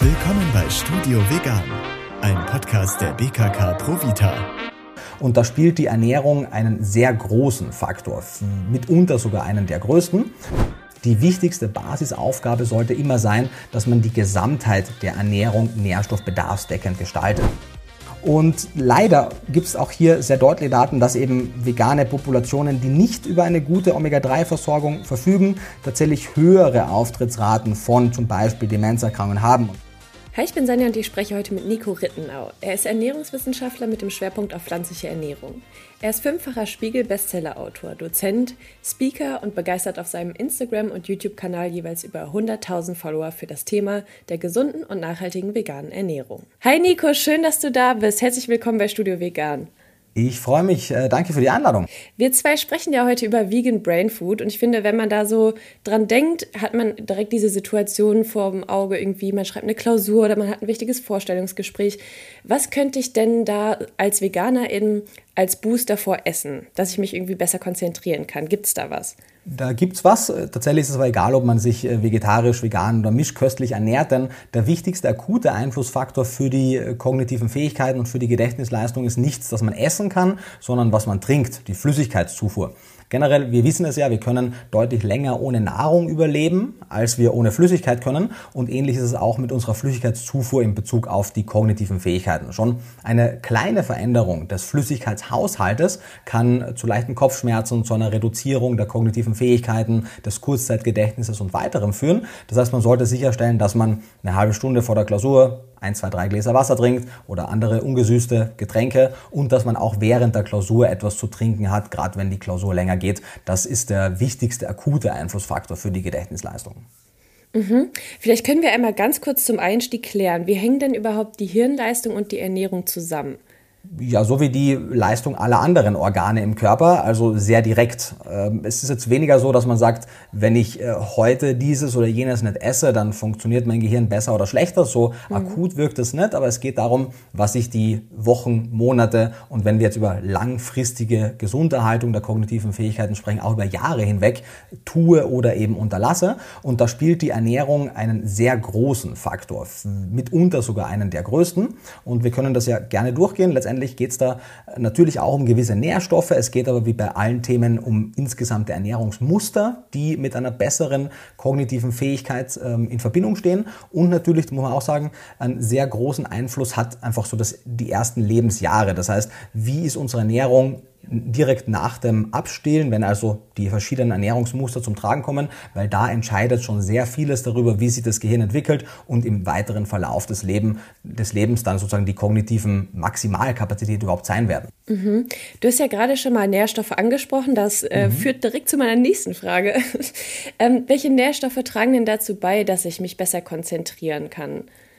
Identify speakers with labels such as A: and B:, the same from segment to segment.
A: Willkommen bei Studio Vegan, ein Podcast der BKK ProVita.
B: Und da spielt die Ernährung einen sehr großen Faktor, mitunter sogar einen der größten. Die wichtigste Basisaufgabe sollte immer sein, dass man die Gesamtheit der Ernährung nährstoffbedarfsdeckend gestaltet. Und leider gibt es auch hier sehr deutliche Daten, dass eben vegane Populationen, die nicht über eine gute Omega-3-Versorgung verfügen, tatsächlich höhere Auftrittsraten von zum Beispiel Demenzerkrankungen haben.
C: Hi, ich bin Sanja und ich spreche heute mit Nico Rittenau. Er ist Ernährungswissenschaftler mit dem Schwerpunkt auf pflanzliche Ernährung. Er ist 5-facher Spiegel-Bestseller-Autor, Dozent, Speaker und begeistert auf seinem Instagram- und YouTube-Kanal jeweils über 100.000 Follower für das Thema der gesunden und nachhaltigen veganen Ernährung. Hi Nico, schön, dass du da bist. Herzlich willkommen bei Studio Vegan.
B: Ich freue mich, danke für die Einladung.
C: Wir zwei sprechen ja heute über Vegan Brain Food und ich finde, wenn man da so dran denkt, hat man direkt diese Situation vor dem Auge irgendwie, man schreibt eine Klausur oder man hat ein wichtiges Vorstellungsgespräch. Was könnte ich denn da als Veganerin als Boost davor essen, dass ich mich irgendwie besser konzentrieren kann? Gibt es da was?
B: Da gibt's was. Tatsächlich ist es aber egal, ob man sich vegetarisch, vegan oder mischköstlich ernährt, denn der wichtigste akute Einflussfaktor für die kognitiven Fähigkeiten und für die Gedächtnisleistung ist nichts, das man essen kann, sondern was man trinkt, die Flüssigkeitszufuhr. Generell, wir wissen es ja, wir können deutlich länger ohne Nahrung überleben, als wir ohne Flüssigkeit können. Und ähnlich ist es auch mit unserer Flüssigkeitszufuhr in Bezug auf die kognitiven Fähigkeiten. Schon eine kleine Veränderung des Flüssigkeitshaushaltes kann zu leichten Kopfschmerzen, zu einer Reduzierung der kognitiven Fähigkeiten, des Kurzzeitgedächtnisses und weiterem führen. Das heißt, man sollte sicherstellen, dass man eine halbe Stunde vor der Klausur 1, 2, 3 Gläser Wasser trinkt oder andere ungesüßte Getränke und dass man auch während der Klausur etwas zu trinken hat, gerade wenn die Klausur länger geht. Das ist der wichtigste akute Einflussfaktor für die Gedächtnisleistung.
C: Vielleicht können wir einmal ganz kurz zum Einstieg klären, wie hängen denn überhaupt die Hirnleistung und die Ernährung zusammen?
B: Ja, so wie die Leistung aller anderen Organe im Körper, also sehr direkt. Es ist jetzt weniger so, dass man sagt, wenn ich heute dieses oder jenes nicht esse, dann funktioniert mein Gehirn besser oder schlechter. So akut wirkt es nicht, aber es geht darum, was ich die Wochen, Monate und wenn wir jetzt über langfristige Gesunderhaltung der kognitiven Fähigkeiten sprechen, auch über Jahre hinweg tue oder eben unterlasse. Und da spielt die Ernährung einen sehr großen Faktor, mitunter sogar einen der größten. Und wir können das ja gerne durchgehen. Letztendlich geht es da natürlich auch um gewisse Nährstoffe. Es geht aber wie bei allen Themen um insgesamte Ernährungsmuster, die mit einer besseren kognitiven Fähigkeit in Verbindung stehen. Und natürlich, muss man auch sagen, einen sehr großen Einfluss hat einfach so die ersten Lebensjahre. Das heißt, wie ist unsere Ernährung direkt nach dem Abstillen, wenn also die verschiedenen Ernährungsmuster zum Tragen kommen, weil da entscheidet schon sehr vieles darüber, wie sich das Gehirn entwickelt und im weiteren Verlauf des Lebens dann sozusagen die kognitiven Maximalkapazität überhaupt sein werden.
C: Du hast ja gerade schon mal Nährstoffe angesprochen, das führt direkt zu meiner nächsten Frage. Welche Nährstoffe tragen denn dazu bei, dass ich mich besser konzentrieren kann?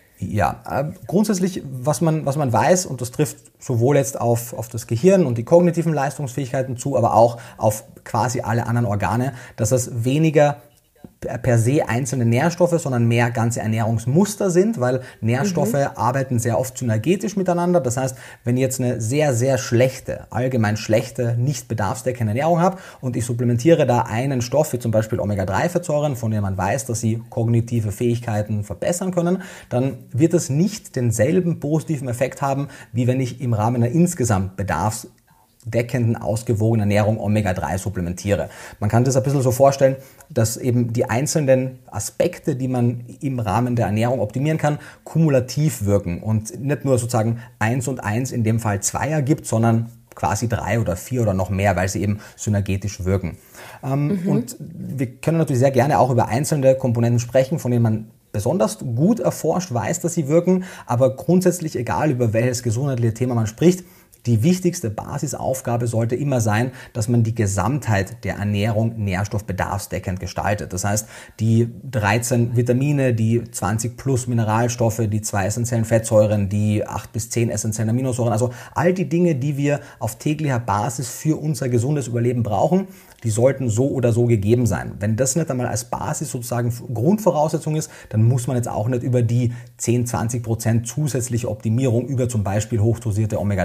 B: Ja, grundsätzlich, was man weiß, und das trifft sowohl jetzt auf das Gehirn und die kognitiven Leistungsfähigkeiten zu, aber auch auf quasi alle anderen Organe, dass es weniger per se einzelne Nährstoffe, sondern mehr ganze Ernährungsmuster sind, weil Nährstoffe arbeiten sehr oft synergetisch miteinander. Das heißt, wenn ich jetzt eine sehr, sehr schlechte, allgemein schlechte, nicht bedarfsdeckende Ernährung habe und ich supplementiere da einen Stoff, wie zum Beispiel Omega-3-Fettsäuren, von denen man weiß, dass sie kognitive Fähigkeiten verbessern können, dann wird es nicht denselben positiven Effekt haben, wie wenn ich im Rahmen einer insgesamt bedarfsdeckenden, ausgewogenen Ernährung Omega-3 supplementiere. Man kann das ein bisschen so vorstellen, dass eben die einzelnen Aspekte, die man im Rahmen der Ernährung optimieren kann, kumulativ wirken und nicht nur sozusagen 1 und 1 in dem Fall 2 ergibt, sondern quasi 3 oder 4 oder noch mehr, weil sie eben synergetisch wirken. Und wir können natürlich sehr gerne auch über einzelne Komponenten sprechen, von denen man besonders gut erforscht weiß, dass sie wirken, aber grundsätzlich egal, über welches gesundheitliche Thema man spricht, die wichtigste Basisaufgabe sollte immer sein, dass man die Gesamtheit der Ernährung nährstoffbedarfsdeckend gestaltet. Das heißt, die 13 Vitamine, die 20 plus Mineralstoffe, die 2 essentiellen Fettsäuren, die 8 bis 10 essentiellen Aminosäuren, also all die Dinge, die wir auf täglicher Basis für unser gesundes Überleben brauchen, die sollten so oder so gegeben sein. Wenn das nicht einmal als Basis sozusagen Grundvoraussetzung ist, dann muss man jetzt auch nicht über die 10-20% zusätzliche Optimierung über zum Beispiel hochdosierte Omega-3-Fettsäuren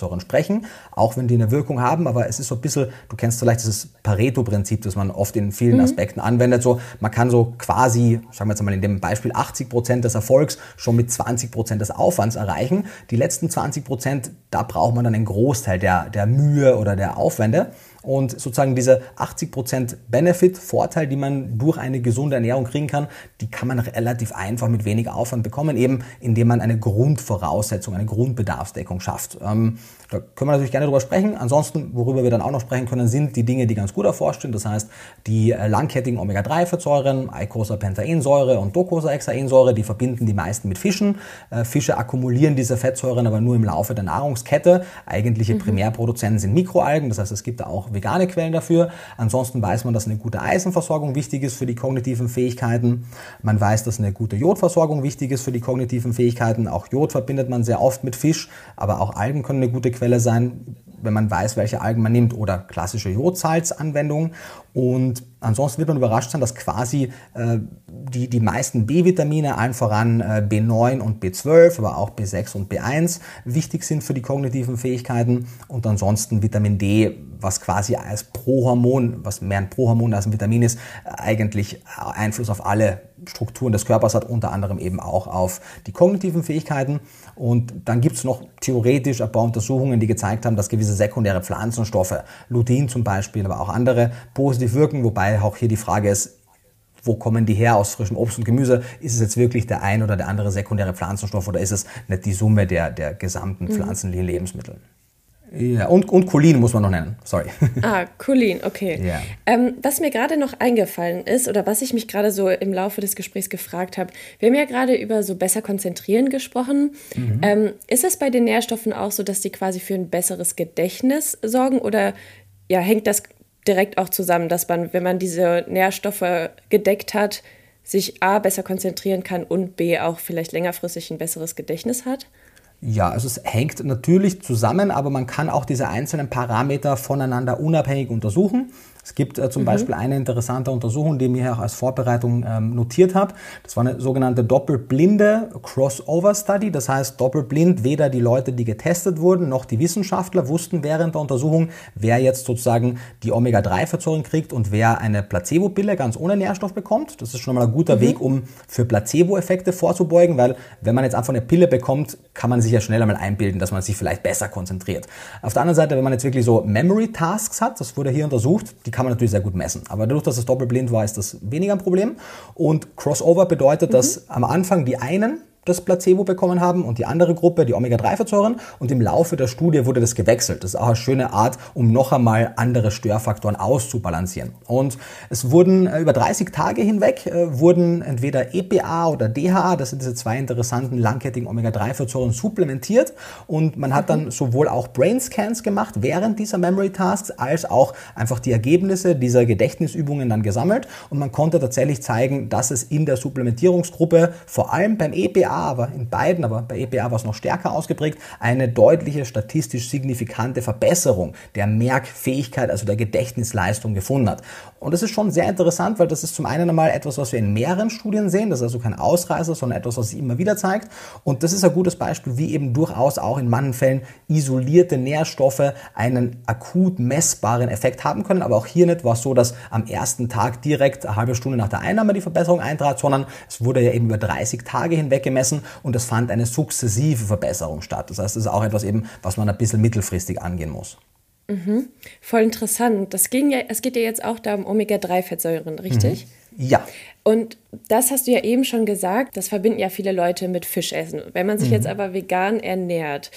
B: Omega-3-Fettsäuren sprechen, auch wenn die eine Wirkung haben, aber es ist so ein bisschen, du kennst vielleicht dieses Pareto-Prinzip, das man oft in vielen Aspekten anwendet, so, man kann so quasi, sagen wir jetzt mal in dem Beispiel 80% des Erfolgs schon mit 20% des Aufwands erreichen. Die letzten 20%, da braucht man dann einen Großteil der Mühe oder der Aufwände. Und sozusagen diese 80% Benefit, Vorteil, die man durch eine gesunde Ernährung kriegen kann, die kann man relativ einfach mit wenig Aufwand bekommen, eben indem man eine Grundvoraussetzung, eine Grundbedarfsdeckung schafft. Da können wir natürlich gerne drüber sprechen. Ansonsten, worüber wir dann auch noch sprechen können, sind die Dinge, die ganz gut erforscht sind. Das heißt, die langkettigen Omega-3-Fettsäuren, Eicosapentaensäure und Docosahexaensäure, die verbinden die meisten mit Fischen. Fische akkumulieren diese Fettsäuren aber nur im Laufe der Nahrungskette. Eigentliche Primärproduzenten sind Mikroalgen, das heißt, es gibt da auch vegane Quellen dafür. Ansonsten weiß man, dass eine gute Eisenversorgung wichtig ist für die kognitiven Fähigkeiten. Man weiß, dass eine gute Jodversorgung wichtig ist für die kognitiven Fähigkeiten. Auch Jod verbindet man sehr oft mit Fisch, aber auch Algen können eine gute Quelle sein, wenn man weiß, welche Algen man nimmt, oder klassische Jodsalzanwendungen. Und ansonsten wird man überrascht sein, dass quasi die meisten B-Vitamine, allen voran B9 und B12, aber auch B6 und B1 wichtig sind für die kognitiven Fähigkeiten. Und ansonsten Vitamin D, was quasi als Prohormon, was mehr ein Prohormon als ein Vitamin ist, eigentlich Einfluss auf alle Strukturen des Körpers hat, unter anderem eben auch auf die kognitiven Fähigkeiten. Und dann gibt es noch theoretisch ein paar Untersuchungen, die gezeigt haben, dass gewisse sekundäre Pflanzenstoffe, Lutein zum Beispiel, aber auch andere, positiv wirken, wobei auch hier die Frage ist, wo kommen die her aus frischem Obst und Gemüse? Ist es jetzt wirklich der ein oder der andere sekundäre Pflanzenstoff oder ist es nicht die Summe der gesamten pflanzlichen Lebensmittel? Ja, und Cholin muss man noch nennen, sorry.
C: Cholin, okay.
B: Ja.
C: Was mir gerade noch eingefallen ist oder was ich mich gerade so im Laufe des Gesprächs gefragt habe, wir haben ja gerade über so besser konzentrieren gesprochen. Ist es bei den Nährstoffen auch so, dass die quasi für ein besseres Gedächtnis sorgen oder ja, hängt das direkt auch zusammen, dass man, wenn man diese Nährstoffe gedeckt hat, sich A, besser konzentrieren kann und B, auch vielleicht längerfristig ein besseres Gedächtnis hat?
B: Ja, also es hängt natürlich zusammen, aber man kann auch diese einzelnen Parameter voneinander unabhängig untersuchen. Es gibt zum Beispiel eine interessante Untersuchung, die ich mir auch als Vorbereitung notiert habe. Das war eine sogenannte doppelblinde Crossover-Study. Das heißt, doppelblind, weder die Leute, die getestet wurden, noch die Wissenschaftler wussten während der Untersuchung, wer jetzt sozusagen die Omega-3-Fettsäuren kriegt und wer eine Placebo-Pille ganz ohne Nährstoff bekommt. Das ist schon mal ein guter Weg, um für Placebo-Effekte vorzubeugen, weil wenn man jetzt einfach eine Pille bekommt, kann man sich ja schnell einmal einbilden, dass man sich vielleicht besser konzentriert. Auf der anderen Seite, wenn man jetzt wirklich so Memory-Tasks hat, das wurde hier untersucht, die kann man natürlich sehr gut messen. Aber dadurch, dass es doppelblind war, ist das weniger ein Problem. Und Crossover bedeutet, dass am Anfang die einen das Placebo bekommen haben und die andere Gruppe die Omega-3-Fettsäuren und im Laufe der Studie wurde das gewechselt. Das ist auch eine schöne Art, um noch einmal andere Störfaktoren auszubalancieren. Und es wurden über 30 Tage hinweg wurden entweder EPA oder DHA, das sind diese zwei interessanten langkettigen Omega-3-Fettsäuren, supplementiert und man hat dann sowohl auch Brain-Scans gemacht während dieser Memory-Tasks als auch einfach die Ergebnisse dieser Gedächtnisübungen dann gesammelt und man konnte tatsächlich zeigen, dass es in der Supplementierungsgruppe, vor allem beim EPA, aber in beiden, aber bei EPA war es noch stärker ausgeprägt, eine deutliche statistisch signifikante Verbesserung der Merkfähigkeit, also der Gedächtnisleistung gefunden hat. Und das ist schon sehr interessant, weil das ist zum einen einmal etwas, was wir in mehreren Studien sehen, das ist also kein Ausreißer, sondern etwas, was sich immer wieder zeigt. Und das ist ein gutes Beispiel, wie eben durchaus auch in manchen Fällen isolierte Nährstoffe einen akut messbaren Effekt haben können. Aber auch hier nicht war es so, dass am ersten Tag direkt eine halbe Stunde nach der Einnahme die Verbesserung eintrat, sondern es wurde ja eben über 30 Tage hinweg gemessen und es fand eine sukzessive Verbesserung statt. Das heißt, das ist auch etwas eben, was man ein bisschen mittelfristig angehen muss.
C: Voll interessant. Es geht ja jetzt auch da um Omega-3-Fettsäuren, richtig?
B: Ja.
C: Und das hast du ja eben schon gesagt, das verbinden ja viele Leute mit Fischessen. Wenn man sich jetzt aber vegan ernährt,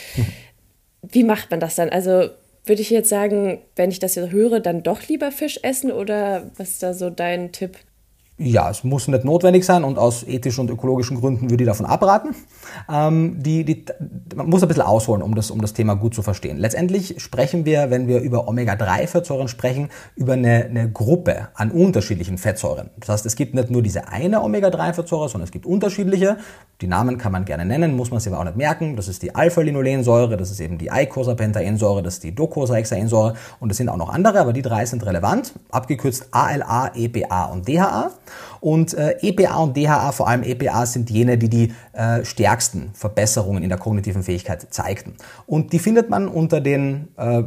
C: wie macht man das dann? Also würde ich jetzt sagen, wenn ich das jetzt höre, dann doch lieber Fisch essen oder was ist da so dein Tipp?
B: Ja, es muss nicht notwendig sein und aus ethischen und ökologischen Gründen würde ich davon abraten. Man muss ein bisschen ausholen, um das Thema gut zu verstehen. Letztendlich sprechen wir, wenn wir über Omega-3-Fettsäuren sprechen, über eine Gruppe an unterschiedlichen Fettsäuren. Das heißt, es gibt nicht nur diese eine Omega-3-Fettsäure, sondern es gibt unterschiedliche. Die Namen kann man gerne nennen, muss man sich aber auch nicht merken. Das ist die Alpha-Linolensäure, das ist eben die Eicosapentaensäure, das ist die Docosahexaensäure und es sind auch noch andere, aber die drei sind relevant. Abgekürzt ALA, EPA und DHA. Und EPA und DHA, vor allem EPA, sind jene, die stärksten Verbesserungen in der kognitiven Fähigkeit zeigten. Und die findet man unter den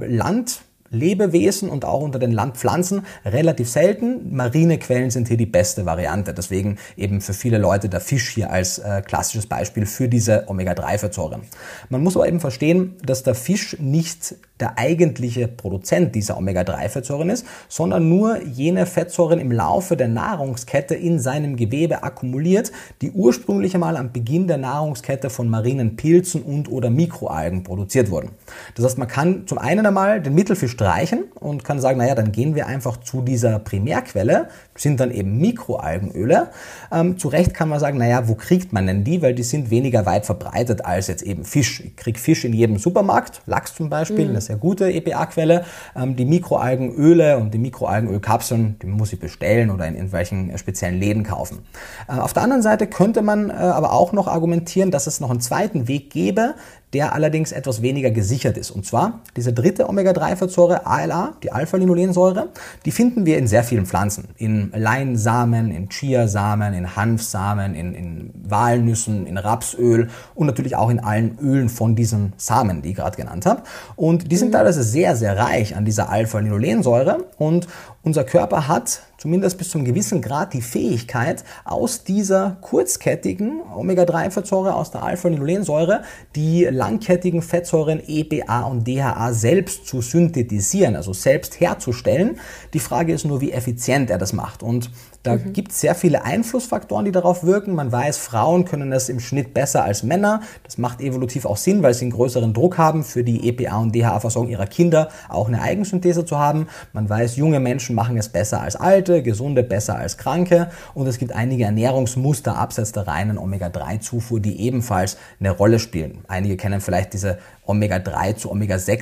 B: Landlebewesen und auch unter den Landpflanzen relativ selten. Marine Quellen sind hier die beste Variante. Deswegen eben für viele Leute der Fisch hier als klassisches Beispiel für diese Omega-3-Fettsäuren. Man muss aber eben verstehen, dass der Fisch nicht der eigentliche Produzent dieser Omega-3-Fettsäuren ist, sondern nur jene Fettsäuren im Laufe der Nahrungskette in seinem Gewebe akkumuliert, die ursprünglich einmal am Beginn der Nahrungskette von marinen Pilzen und oder Mikroalgen produziert wurden. Das heißt, man kann zum einen einmal den Mittelfisch streichen und kann sagen, naja, dann gehen wir einfach zu dieser Primärquelle, sind dann eben Mikroalgenöle. Zu Recht kann man sagen, naja, wo kriegt man denn die? Weil die sind weniger weit verbreitet als jetzt eben Fisch. Ich kriege Fisch in jedem Supermarkt, Lachs zum Beispiel, eine sehr gute EPA-Quelle. Die Mikroalgenöle und die Mikroalgenölkapseln, die muss ich bestellen oder in irgendwelchen speziellen Läden kaufen. Auf der anderen Seite könnte man aber auch noch argumentieren, dass es noch einen zweiten Weg gäbe, der allerdings etwas weniger gesichert ist. Und zwar diese dritte Omega-3-Fettsäure ALA, die Alpha-Linolensäure, die finden wir in sehr vielen Pflanzen. In Leinsamen, in Chiasamen, in Hanfsamen, in Walnüssen, in Rapsöl und natürlich auch in allen Ölen von diesen Samen, die ich gerade genannt habe. Und die sind teilweise sehr, sehr reich an dieser Alpha-Linolensäure und unser Körper hat zumindest bis zu einem gewissen Grad die Fähigkeit, aus dieser kurzkettigen Omega-3-Fettsäure, aus der Alpha-Linolensäure, die langkettigen Fettsäuren EPA und DHA selbst zu synthetisieren, also selbst herzustellen. Die Frage ist nur, wie effizient er das macht. Und da gibt es sehr viele Einflussfaktoren, die darauf wirken. Man weiß, Frauen können das im Schnitt besser als Männer. Das macht evolutiv auch Sinn, weil sie einen größeren Druck haben, für die EPA- und DHA-Versorgung ihrer Kinder auch eine Eigensynthese zu haben. Man weiß, junge Menschen machen es besser als Alte, Gesunde besser als Kranke. Und es gibt einige Ernährungsmuster abseits der reinen Omega-3-Zufuhr, die ebenfalls eine Rolle spielen. Einige kennen vielleicht diese Omega-3 zu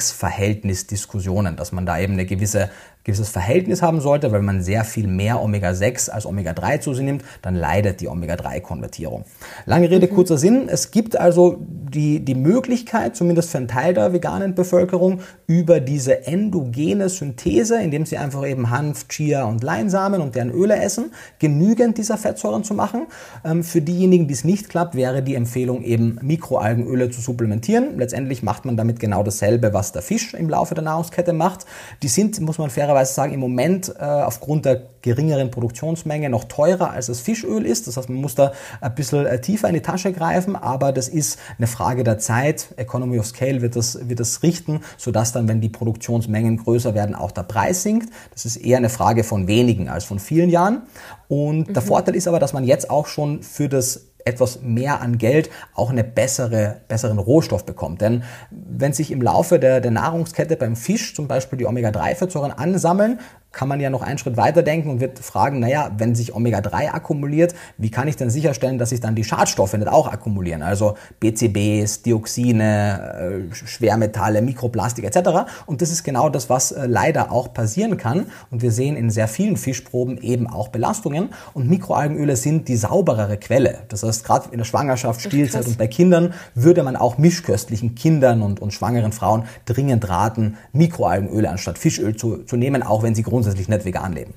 B: Omega-6-Verhältnis-Diskussionen, dass man da eben ein gewisses Verhältnis haben sollte, weil man sehr viel mehr Omega-6 als Omega-3 zu sich nimmt, dann leidet die Omega-3-Konvertierung. Lange Rede, kurzer Sinn. Es gibt also die Möglichkeit, zumindest für einen Teil der veganen Bevölkerung, über diese endogene Synthese, indem sie einfach eben Hanf, Chia und Leinsamen und deren Öle essen, genügend dieser Fettsäuren zu machen. Für diejenigen, die es nicht klappt, wäre die Empfehlung eben Mikroalgenöle zu supplementieren. Letztendlich macht man damit genau dasselbe, was der Fisch im Laufe der Nahrungskette macht. Die sind, muss man fairerweise sagen, im Moment aufgrund der geringeren Produktionsmenge noch teurer als das Fischöl ist. Das heißt, man muss da ein bisschen tiefer in die Tasche greifen, aber das ist eine Frage der Zeit. Economy of Scale wird das richten, sodass dann, wenn die Produktionsmengen größer werden, auch der Preis sinkt. Das ist eher eine Frage von wenigen als von vielen Jahren. Und der Vorteil ist aber, dass man jetzt auch schon für das etwas mehr an Geld auch einen besseren Rohstoff bekommt. Denn wenn sich im Laufe der Nahrungskette beim Fisch zum Beispiel die Omega-3-Fettsäuren ansammeln, kann man ja noch einen Schritt weiter denken und wird fragen, naja, wenn sich Omega-3 akkumuliert, wie kann ich denn sicherstellen, dass sich dann die Schadstoffe nicht auch akkumulieren? Also BCBs, Dioxine, Schwermetalle, Mikroplastik etc. Und das ist genau das, was leider auch passieren kann. Und wir sehen in sehr vielen Fischproben eben auch Belastungen. Und Mikroalgenöle sind die sauberere Quelle. Das heißt, gerade in der Schwangerschaft, Stillzeit und bei Kindern würde man auch mischköstlichen Kindern und schwangeren Frauen dringend raten, Mikroalgenöle anstatt Fischöl zu nehmen, auch wenn sie grundsätzlich nicht vegan leben.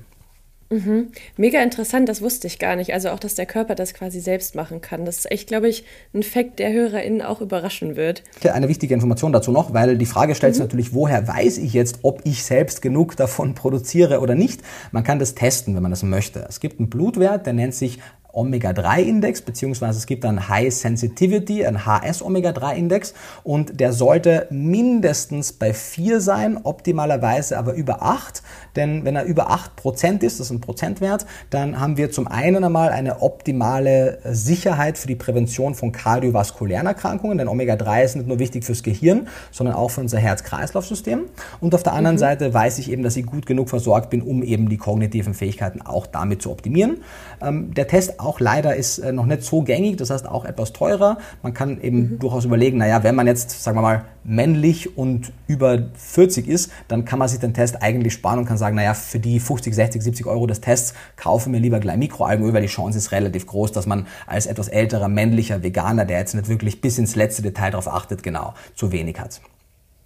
C: Mega interessant, das wusste ich gar nicht. Also auch, dass der Körper das quasi selbst machen kann. Das ist echt, glaube ich, ein Fakt, der HörerInnen auch überraschen wird.
B: Eine wichtige Information dazu noch, weil die Frage stellt sich natürlich, woher weiß ich jetzt, ob ich selbst genug davon produziere oder nicht? Man kann das testen, wenn man das möchte. Es gibt einen Blutwert, der nennt sich Omega-3-Index, beziehungsweise es gibt einen High Sensitivity, ein HS-Omega-3-Index und der sollte mindestens bei 4 sein, optimalerweise aber über 8, denn wenn er über 8% ist, das ist ein Prozentwert, dann haben wir zum einen einmal eine optimale Sicherheit für die Prävention von kardiovaskulären Erkrankungen, denn Omega-3 ist nicht nur wichtig fürs Gehirn, sondern auch für unser Herz-Kreislauf-System und auf der anderen Seite weiß ich eben, dass ich gut genug versorgt bin, um eben die kognitiven Fähigkeiten auch damit zu optimieren. Der Test auch leider ist noch nicht so gängig, das heißt auch etwas teurer. Man kann eben durchaus überlegen, naja, wenn man jetzt, sagen wir mal, männlich und über 40 ist, dann kann man sich den Test eigentlich sparen und kann sagen, naja, für die 50, 60, 70 Euro des Tests kaufen wir lieber gleich Mikroalgenöl, weil die Chance ist relativ groß, dass man als etwas älterer männlicher Veganer, der jetzt nicht wirklich bis ins letzte Detail darauf achtet, genau, zu wenig hat.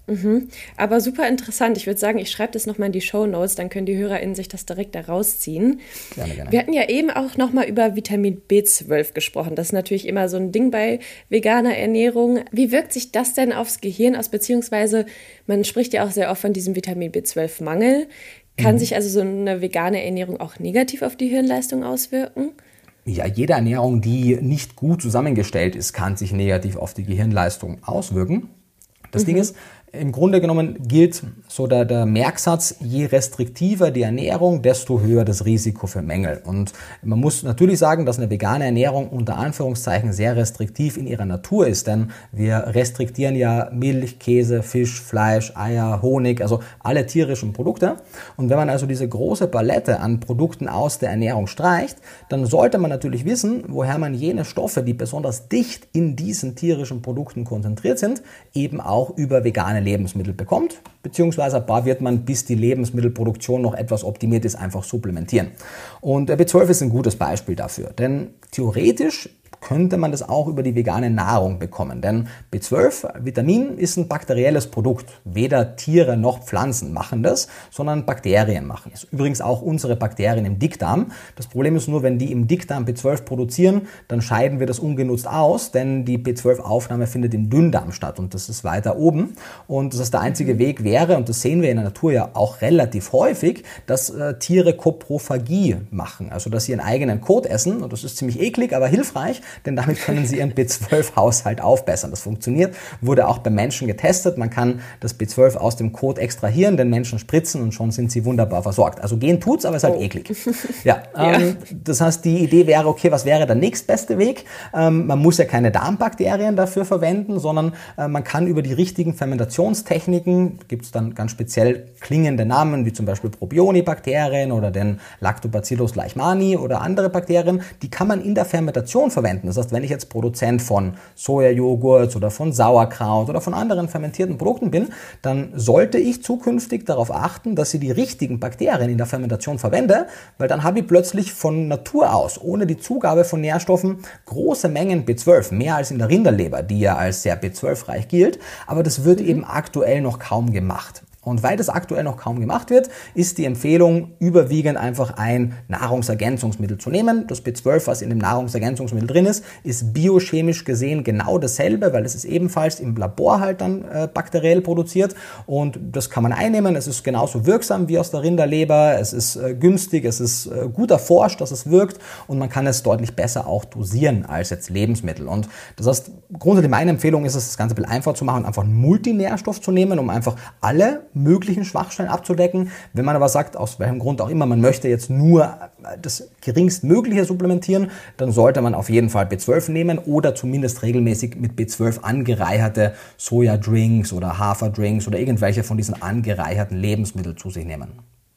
C: Aber super interessant. Ich würde sagen, ich schreibe das nochmal in die Shownotes, dann können die HörerInnen sich das direkt da rausziehen.
B: Gerne.
C: Wir hatten ja eben auch nochmal über Vitamin B12 gesprochen. Das ist natürlich immer so ein Ding bei veganer Ernährung. Wie wirkt sich das denn aufs Gehirn aus? Beziehungsweise man spricht ja auch sehr oft von diesem Vitamin B12-Mangel. Kann sich also so eine vegane Ernährung auch negativ auf die Hirnleistung auswirken?
B: Ja, jede Ernährung, die nicht gut zusammengestellt ist, kann sich negativ auf die Gehirnleistung auswirken. Das Ding ist, im Grunde genommen gilt so der Merksatz, je restriktiver die Ernährung, desto höher das Risiko für Mängel. Und man muss natürlich sagen, dass eine vegane Ernährung unter Anführungszeichen sehr restriktiv in ihrer Natur ist, denn wir restriktieren ja Milch, Käse, Fisch, Fleisch, Eier, Honig, also alle tierischen Produkte. Und wenn man also diese große Palette an Produkten aus der Ernährung streicht, dann sollte man natürlich wissen, woher man jene Stoffe, die besonders dicht in diesen tierischen Produkten konzentriert sind, eben auch über vegane Lebensmittel bekommt, beziehungsweise ein paar wird man, bis die Lebensmittelproduktion noch etwas optimiert ist, einfach supplementieren. Und B12 ist ein gutes Beispiel dafür, denn theoretisch könnte man das auch über die vegane Nahrung bekommen. Denn B12, Vitamin, ist ein bakterielles Produkt. Weder Tiere noch Pflanzen machen das, sondern Bakterien machen es. Übrigens auch unsere Bakterien im Dickdarm. Das Problem ist nur, wenn die im Dickdarm B12 produzieren, dann scheiden wir das ungenutzt aus, denn die B12-Aufnahme findet im Dünndarm statt und das ist weiter oben. Und das ist der einzige Weg wäre, und das sehen wir in der Natur ja auch relativ häufig, dass Tiere Koprophagie machen. Also dass sie ihren eigenen Kot essen. Und das ist ziemlich eklig, aber hilfreich, denn damit können sie ihren B12-Haushalt aufbessern. Das funktioniert, wurde auch bei Menschen getestet. Man kann das B12 aus dem Kot extrahieren, den Menschen spritzen und schon sind sie wunderbar versorgt. Also gehen tut's, aber es ist halt eklig. Ja, das heißt, die Idee wäre, okay, was wäre der nächstbeste Weg? Man muss ja keine Darmbakterien dafür verwenden, sondern man kann über die richtigen Fermentationstechniken, gibt es dann ganz speziell klingende Namen, wie zum Beispiel Probionibakterien oder den Lactobacillus leishmani oder andere Bakterien, die kann man in der Fermentation verwenden. Das heißt, wenn ich jetzt Produzent von Sojajoghurt oder von Sauerkraut oder von anderen fermentierten Produkten bin, dann sollte ich zukünftig darauf achten, dass ich die richtigen Bakterien in der Fermentation verwende, weil dann habe ich plötzlich von Natur aus, ohne die Zugabe von Nährstoffen, große Mengen B12, mehr als in der Rinderleber, die ja als sehr B12-reich gilt, aber das wird eben aktuell noch kaum gemacht. Und weil das aktuell noch kaum gemacht wird, ist die Empfehlung, überwiegend einfach ein Nahrungsergänzungsmittel zu nehmen. Das B12, was in dem Nahrungsergänzungsmittel drin ist biochemisch gesehen genau dasselbe, weil es ist ebenfalls im Labor halt dann bakteriell produziert. Und das kann man einnehmen. Es ist genauso wirksam wie aus der Rinderleber. Es ist günstig, es ist gut erforscht, dass es wirkt. Und man kann es deutlich besser auch dosieren als jetzt Lebensmittel. Und das heißt, grundsätzlich meine Empfehlung ist es, das Ganze ein bisschen einfacher zu machen, einfach einen Multinährstoff zu nehmen, um einfach alle möglichen Schwachstellen abzudecken. Wenn man aber sagt, aus welchem Grund auch immer, man möchte jetzt nur das geringstmögliche supplementieren, dann sollte man auf jeden Fall B12 nehmen oder zumindest regelmäßig mit B12 angereicherte Sojadrinks oder Haferdrinks oder irgendwelche von diesen angereicherten Lebensmitteln zu sich nehmen.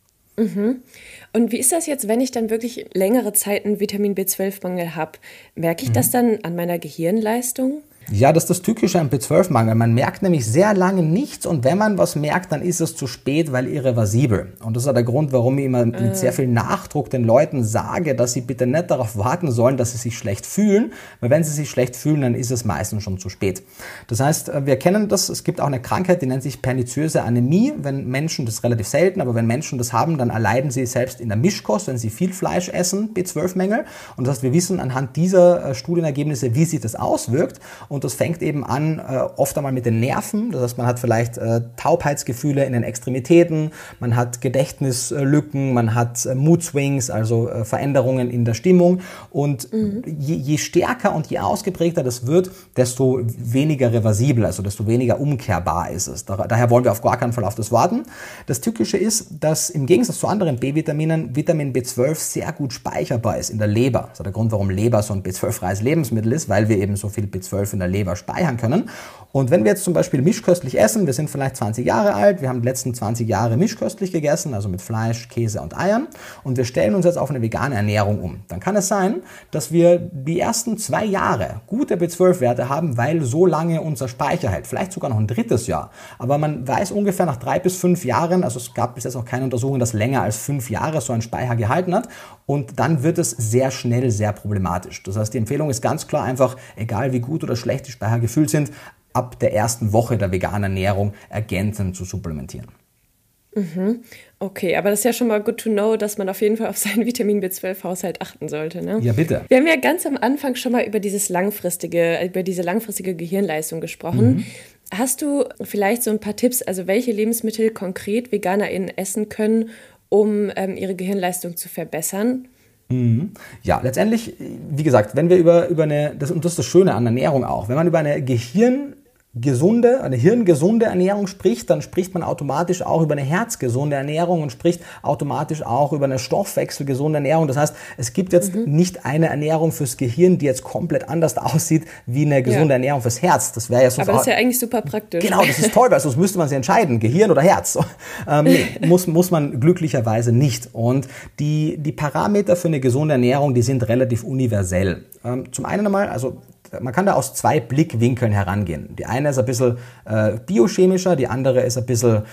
C: Und wie ist das jetzt, wenn ich dann wirklich längere Zeit einen Vitamin B12-Mangel habe? Merke ich das dann an meiner Gehirnleistung?
B: Ja, das ist das Tückische am B12-Mangel. Man merkt nämlich sehr lange nichts und wenn man was merkt, dann ist es zu spät, weil irreversibel. Und das ist auch der Grund, warum ich immer mit sehr viel Nachdruck den Leuten sage, dass sie bitte nicht darauf warten sollen, dass sie sich schlecht fühlen, weil wenn sie sich schlecht fühlen, dann ist es meistens schon zu spät. Das heißt, wir kennen das, es gibt auch eine Krankheit, die nennt sich perniziöse Anämie. Wenn Menschen, das ist relativ selten, aber wenn Menschen das haben, dann erleiden sie selbst in der Mischkost, wenn sie viel Fleisch essen, B12-Mängel. Und das heißt, wir wissen anhand dieser Studienergebnisse, wie sich das auswirkt. Und das fängt eben an, oft einmal mit den Nerven. Das heißt, man hat vielleicht Taubheitsgefühle in den Extremitäten, man hat Gedächtnislücken, man hat Mood-Swings, also Veränderungen in der Stimmung. Und je stärker und je ausgeprägter das wird, desto weniger reversibel, also desto weniger umkehrbar ist es. Daher wollen wir auf gar keinen Fall auf das warten. Das Tückische ist, dass im Gegensatz zu anderen B-Vitaminen Vitamin B12 sehr gut speicherbar ist in der Leber. Das ist der Grund, warum Leber so ein B12-freies Lebensmittel ist, weil wir eben so viel B12 in der Leber speichern können. Und wenn wir jetzt zum Beispiel mischköstlich essen, wir sind vielleicht 20 Jahre alt, wir haben die letzten 20 Jahre mischköstlich gegessen, also mit Fleisch, Käse und Eiern, und wir stellen uns jetzt auf eine vegane Ernährung um, dann kann es sein, dass wir die ersten 2 Jahre gute B12-Werte haben, weil so lange unser Speicher hält, vielleicht sogar noch ein drittes Jahr. Aber man weiß ungefähr nach 3 bis 5 Jahren, also es gab bis jetzt auch keine Untersuchung, dass länger als 5 Jahre so ein Speicher gehalten hat, und dann wird es sehr schnell sehr problematisch. Das heißt, die Empfehlung ist ganz klar einfach, egal wie gut oder schlecht die Speicher gefüllt sind, ab der ersten Woche der veganen Ernährung ergänzend zu supplementieren.
C: Okay, aber das ist ja schon mal good to know, dass man auf jeden Fall auf seinen Vitamin B12-Haushalt achten sollte, ne?
B: Ja, bitte.
C: Wir haben ja ganz am Anfang schon mal über diese langfristige Gehirnleistung gesprochen. Hast du vielleicht so ein paar Tipps, also welche Lebensmittel konkret VeganerInnen essen können, um ihre Gehirnleistung zu verbessern?
B: Ja, letztendlich, wie gesagt, wenn wir über eine, und das ist das Schöne an Ernährung auch, wenn man über eine hirngesunde Ernährung spricht, dann spricht man automatisch auch über eine herzgesunde Ernährung und spricht automatisch auch über eine stoffwechselgesunde Ernährung. Das heißt, es gibt jetzt nicht eine Ernährung fürs Gehirn, die jetzt komplett anders aussieht wie eine gesunde Ernährung fürs Herz. Das wäre ja so.
C: Aber das ist ja eigentlich super praktisch.
B: Genau, das ist toll, weil sonst müsste man sich entscheiden, Gehirn oder Herz. Nee, muss man glücklicherweise nicht. Und die Parameter für eine gesunde Ernährung, die sind relativ universell. Zum einen einmal, also man kann da aus 2 Blickwinkeln herangehen. Die eine ist ein bisschen biochemischer, die andere ist ein bisschen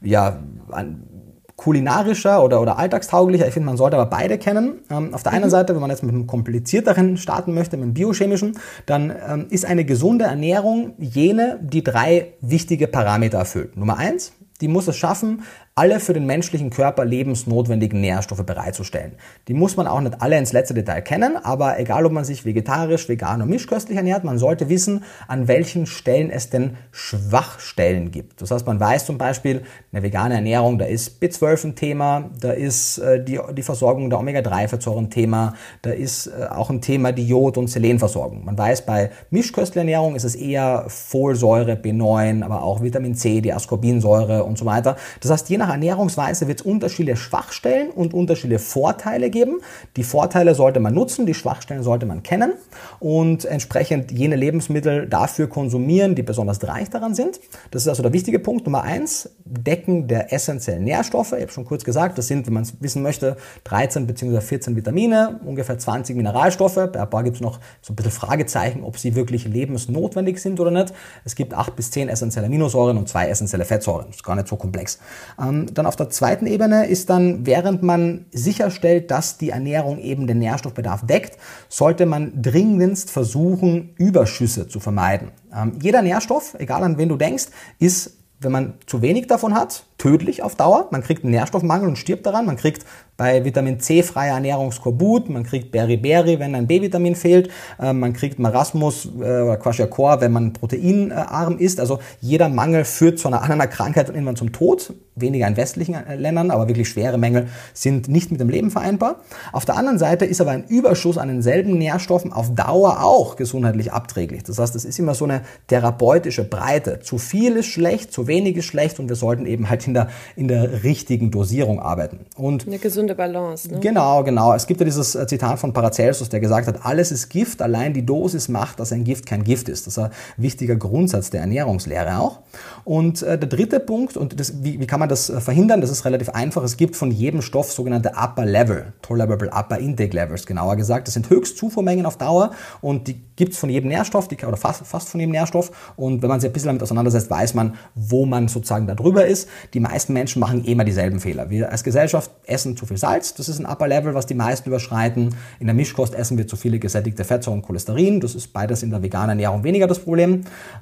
B: kulinarischer oder alltagstauglicher. Ich finde, man sollte aber beide kennen. Auf der einen Seite, wenn man jetzt mit einem komplizierteren starten möchte, mit dem biochemischen, dann ist eine gesunde Ernährung jene, die 3 wichtige Parameter erfüllt. Nummer 1, die muss es schaffen, alle für den menschlichen Körper lebensnotwendigen Nährstoffe bereitzustellen. Die muss man auch nicht alle ins letzte Detail kennen, aber egal, ob man sich vegetarisch, vegan oder mischköstlich ernährt, man sollte wissen, an welchen Stellen es denn Schwachstellen gibt. Das heißt, man weiß zum Beispiel, eine vegane Ernährung, da ist B12 ein Thema, da ist die Versorgung der Omega-3-Fettsäuren ein Thema, da ist auch ein Thema die Jod- und Selenversorgung. Man weiß, bei Mischköstlerernährung ist es eher Folsäure, B9, aber auch Vitamin C, die Ascorbinsäure und so weiter. Das heißt, je nach Ernährungsweise wird es unterschiedliche Schwachstellen und unterschiedliche Vorteile geben. Die Vorteile sollte man nutzen, die Schwachstellen sollte man kennen und entsprechend jene Lebensmittel dafür konsumieren, die besonders reich daran sind. Das ist also der wichtige Punkt. Nummer 1, Decken der essentiellen Nährstoffe. Ich habe schon kurz gesagt, das sind, wenn man es wissen möchte, 13 bzw. 14 Vitamine, ungefähr 20 Mineralstoffe. Bei ein paar gibt es noch so ein bisschen Fragezeichen, ob sie wirklich lebensnotwendig sind oder nicht. Es gibt 8 bis 10 essentielle Aminosäuren und 2 essentielle Fettsäuren. Das ist gar nicht so komplex. Dann auf der zweiten Ebene ist dann, während man sicherstellt, dass die Ernährung eben den Nährstoffbedarf deckt, sollte man dringendst versuchen, Überschüsse zu vermeiden. Jeder Nährstoff, egal an wen du denkst, ist, wenn man zu wenig davon hat, tödlich auf Dauer. Man kriegt einen Nährstoffmangel und stirbt daran. Man kriegt bei Vitamin C freier Ernährung Skorbut, man kriegt Beriberi, wenn ein B-Vitamin fehlt, man kriegt Marasmus oder Kwashiorkor, wenn man proteinarm ist. Also jeder Mangel führt zu einer anderen Krankheit und irgendwann zum Tod. Weniger in westlichen Ländern, aber wirklich schwere Mängel sind nicht mit dem Leben vereinbar. Auf der anderen Seite ist aber ein Überschuss an denselben Nährstoffen auf Dauer auch gesundheitlich abträglich. Das heißt, es ist immer so eine therapeutische Breite. Zu viel ist schlecht, zu wenig ist schlecht und wir sollten eben halt in der richtigen Dosierung arbeiten. Und
C: eine gesunde Balance, ne?
B: Genau. Es gibt ja dieses Zitat von Paracelsus, der gesagt hat, alles ist Gift, allein die Dosis macht, dass ein Gift kein Gift ist. Das ist ein wichtiger Grundsatz der Ernährungslehre auch. Und der dritte Punkt, und wie kann man das verhindern? Das ist relativ einfach. Es gibt von jedem Stoff sogenannte Upper Level, Tolerable Upper Intake Levels, genauer gesagt. Das sind Höchstzufuhrmengen auf Dauer und die gibt es von jedem Nährstoff, oder fast von jedem Nährstoff. Und wenn man sich ein bisschen damit auseinandersetzt, weiß man, wo man sozusagen da drüber ist. Die meisten Menschen machen immer dieselben Fehler. Wir als Gesellschaft essen zu viel Salz, das ist ein Upper Level, was die meisten überschreiten. In der Mischkost essen wir zu viele gesättigte Fettsäuren und Cholesterin, das ist beides in der veganen Ernährung weniger das Problem.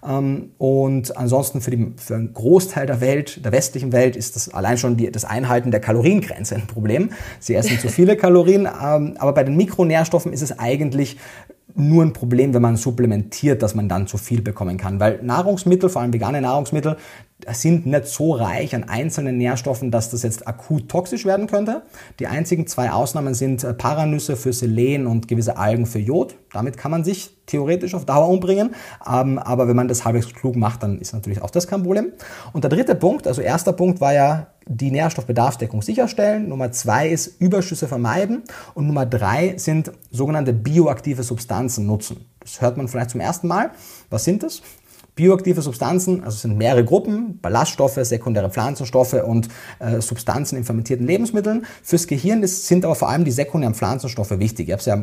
B: Und ansonsten für einen Großteil der westlichen Welt, ist das allein schon das Einhalten der Kaloriengrenze ein Problem. Sie essen zu viele Kalorien, aber bei den Mikronährstoffen ist es eigentlich nur ein Problem, wenn man supplementiert, dass man dann zu viel bekommen kann. Weil Nahrungsmittel, vor allem vegane Nahrungsmittel, sind nicht so reich an einzelnen Nährstoffen, dass das jetzt akut toxisch werden könnte. Die einzigen 2 Ausnahmen sind Paranüsse für Selen und gewisse Algen für Jod. Damit kann man sich theoretisch auf Dauer umbringen. Aber wenn man das halbwegs klug macht, dann ist natürlich auch das kein Problem. Und der dritte Punkt, also erster Punkt war ja die Nährstoffbedarfsdeckung sicherstellen. Nummer 2 ist Überschüsse vermeiden. Und Nummer 3 sind sogenannte bioaktive Substanzen nutzen. Das hört man vielleicht zum ersten Mal. Was sind das? Bioaktive Substanzen, also es sind mehrere Gruppen, Ballaststoffe, sekundäre Pflanzenstoffe und Substanzen in fermentierten Lebensmitteln. Fürs Gehirn sind aber vor allem die sekundären Pflanzenstoffe wichtig. Ich habe es ja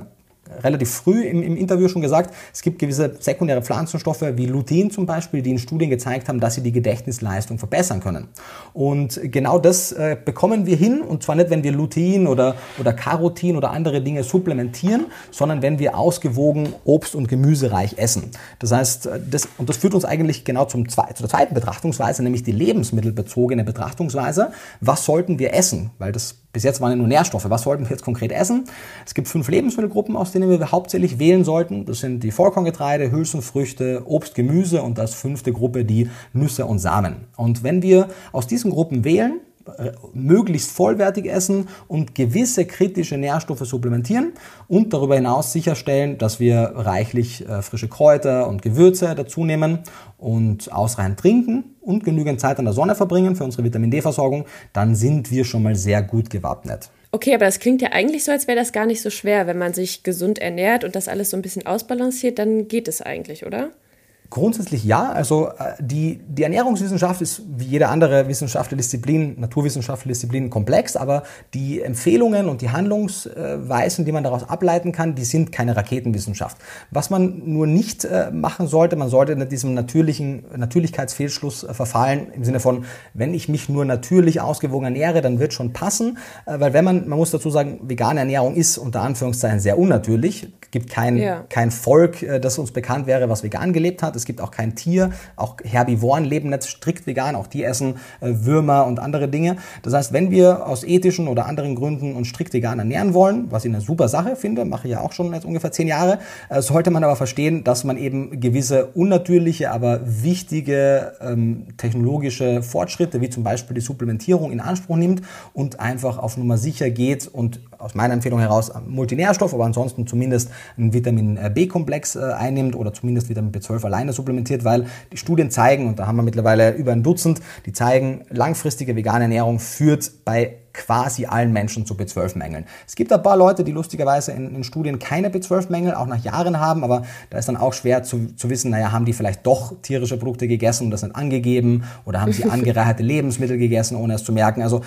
B: relativ früh im Interview schon gesagt, es gibt gewisse sekundäre Pflanzenstoffe wie Lutein zum Beispiel, die in Studien gezeigt haben, dass sie die Gedächtnisleistung verbessern können. Und genau das bekommen wir hin, und zwar nicht, wenn wir Lutein oder Carotin oder andere Dinge supplementieren, sondern wenn wir ausgewogen Obst- und Gemüsereich essen. Das heißt, das führt uns eigentlich genau zur zweiten Betrachtungsweise, nämlich die lebensmittelbezogene Betrachtungsweise. Was sollten wir essen? Weil das bis jetzt waren ja nur Nährstoffe. Was sollten wir jetzt konkret essen? Es gibt 5 Lebensmittelgruppen, aus denen wir hauptsächlich wählen sollten. Das sind die Vollkorngetreide, Hülsenfrüchte, Obst, Gemüse und als 5. Gruppe die Nüsse und Samen. Und wenn wir aus diesen Gruppen wählen, möglichst vollwertig essen und gewisse kritische Nährstoffe supplementieren und darüber hinaus sicherstellen, dass wir reichlich frische Kräuter und Gewürze dazu nehmen und ausreichend trinken und genügend Zeit an der Sonne verbringen für unsere Vitamin-D-Versorgung, dann sind wir schon mal sehr gut gewappnet.
C: Okay, aber das klingt ja eigentlich so, als wäre das gar nicht so schwer. Wenn man sich gesund ernährt und das alles so ein bisschen ausbalanciert, dann geht es eigentlich, oder?
B: Grundsätzlich ja, also die Ernährungswissenschaft ist wie jede andere wissenschaftliche Disziplin, naturwissenschaftliche Disziplin komplex, aber die Empfehlungen und die Handlungsweisen, die man daraus ableiten kann, die sind keine Raketenwissenschaft. Was man nur nicht machen sollte, man sollte nicht diesem Natürlichkeitsfehlschluss verfallen, im Sinne von, wenn ich mich nur natürlich ausgewogen ernähre, dann wird schon passen, weil man muss dazu sagen, vegane Ernährung ist unter Anführungszeichen sehr unnatürlich, gibt kein Volk, das uns bekannt wäre, was vegan gelebt hat. Es gibt auch kein Tier, auch Herbivoren leben nicht strikt vegan, auch die essen Würmer und andere Dinge. Das heißt, wenn wir aus ethischen oder anderen Gründen uns strikt vegan ernähren wollen, was ich eine super Sache finde, mache ich ja auch schon jetzt ungefähr 10 Jahre, sollte man aber verstehen, dass man eben gewisse unnatürliche, aber wichtige technologische Fortschritte, wie zum Beispiel die Supplementierung, in Anspruch nimmt und einfach auf Nummer sicher geht und aus meiner Empfehlung heraus Multinährstoff, aber ansonsten zumindest einen Vitamin-B-Komplex einnimmt oder zumindest Vitamin B12 alleine supplementiert, weil die Studien zeigen, und da haben wir mittlerweile über ein Dutzend, die zeigen, langfristige vegane Ernährung führt bei quasi allen Menschen zu B12-Mängeln. Es gibt ein paar Leute, die lustigerweise in Studien keine B12-Mängel auch nach Jahren haben, aber da ist dann auch schwer zu wissen, haben die vielleicht doch tierische Produkte gegessen und das nicht angegeben oder haben sie angereicherte Lebensmittel gegessen, ohne es zu merken. Also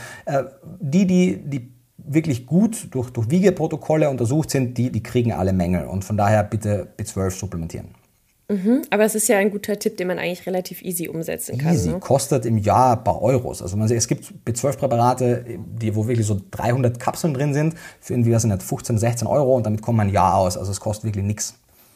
B: die wirklich gut durch Wiegeprotokolle untersucht sind, die kriegen alle Mängel und von daher bitte B12 supplementieren.
C: Aber es ist ja ein guter Tipp, den man eigentlich relativ easy umsetzen kann.
B: Easy, ne? Kostet im Jahr ein paar Euros. Also es gibt B12-Präparate, wo wirklich so 300 Kapseln drin sind, für irgendwie 15, 16 Euro und damit kommt man ein Jahr aus. Also es kostet wirklich nichts.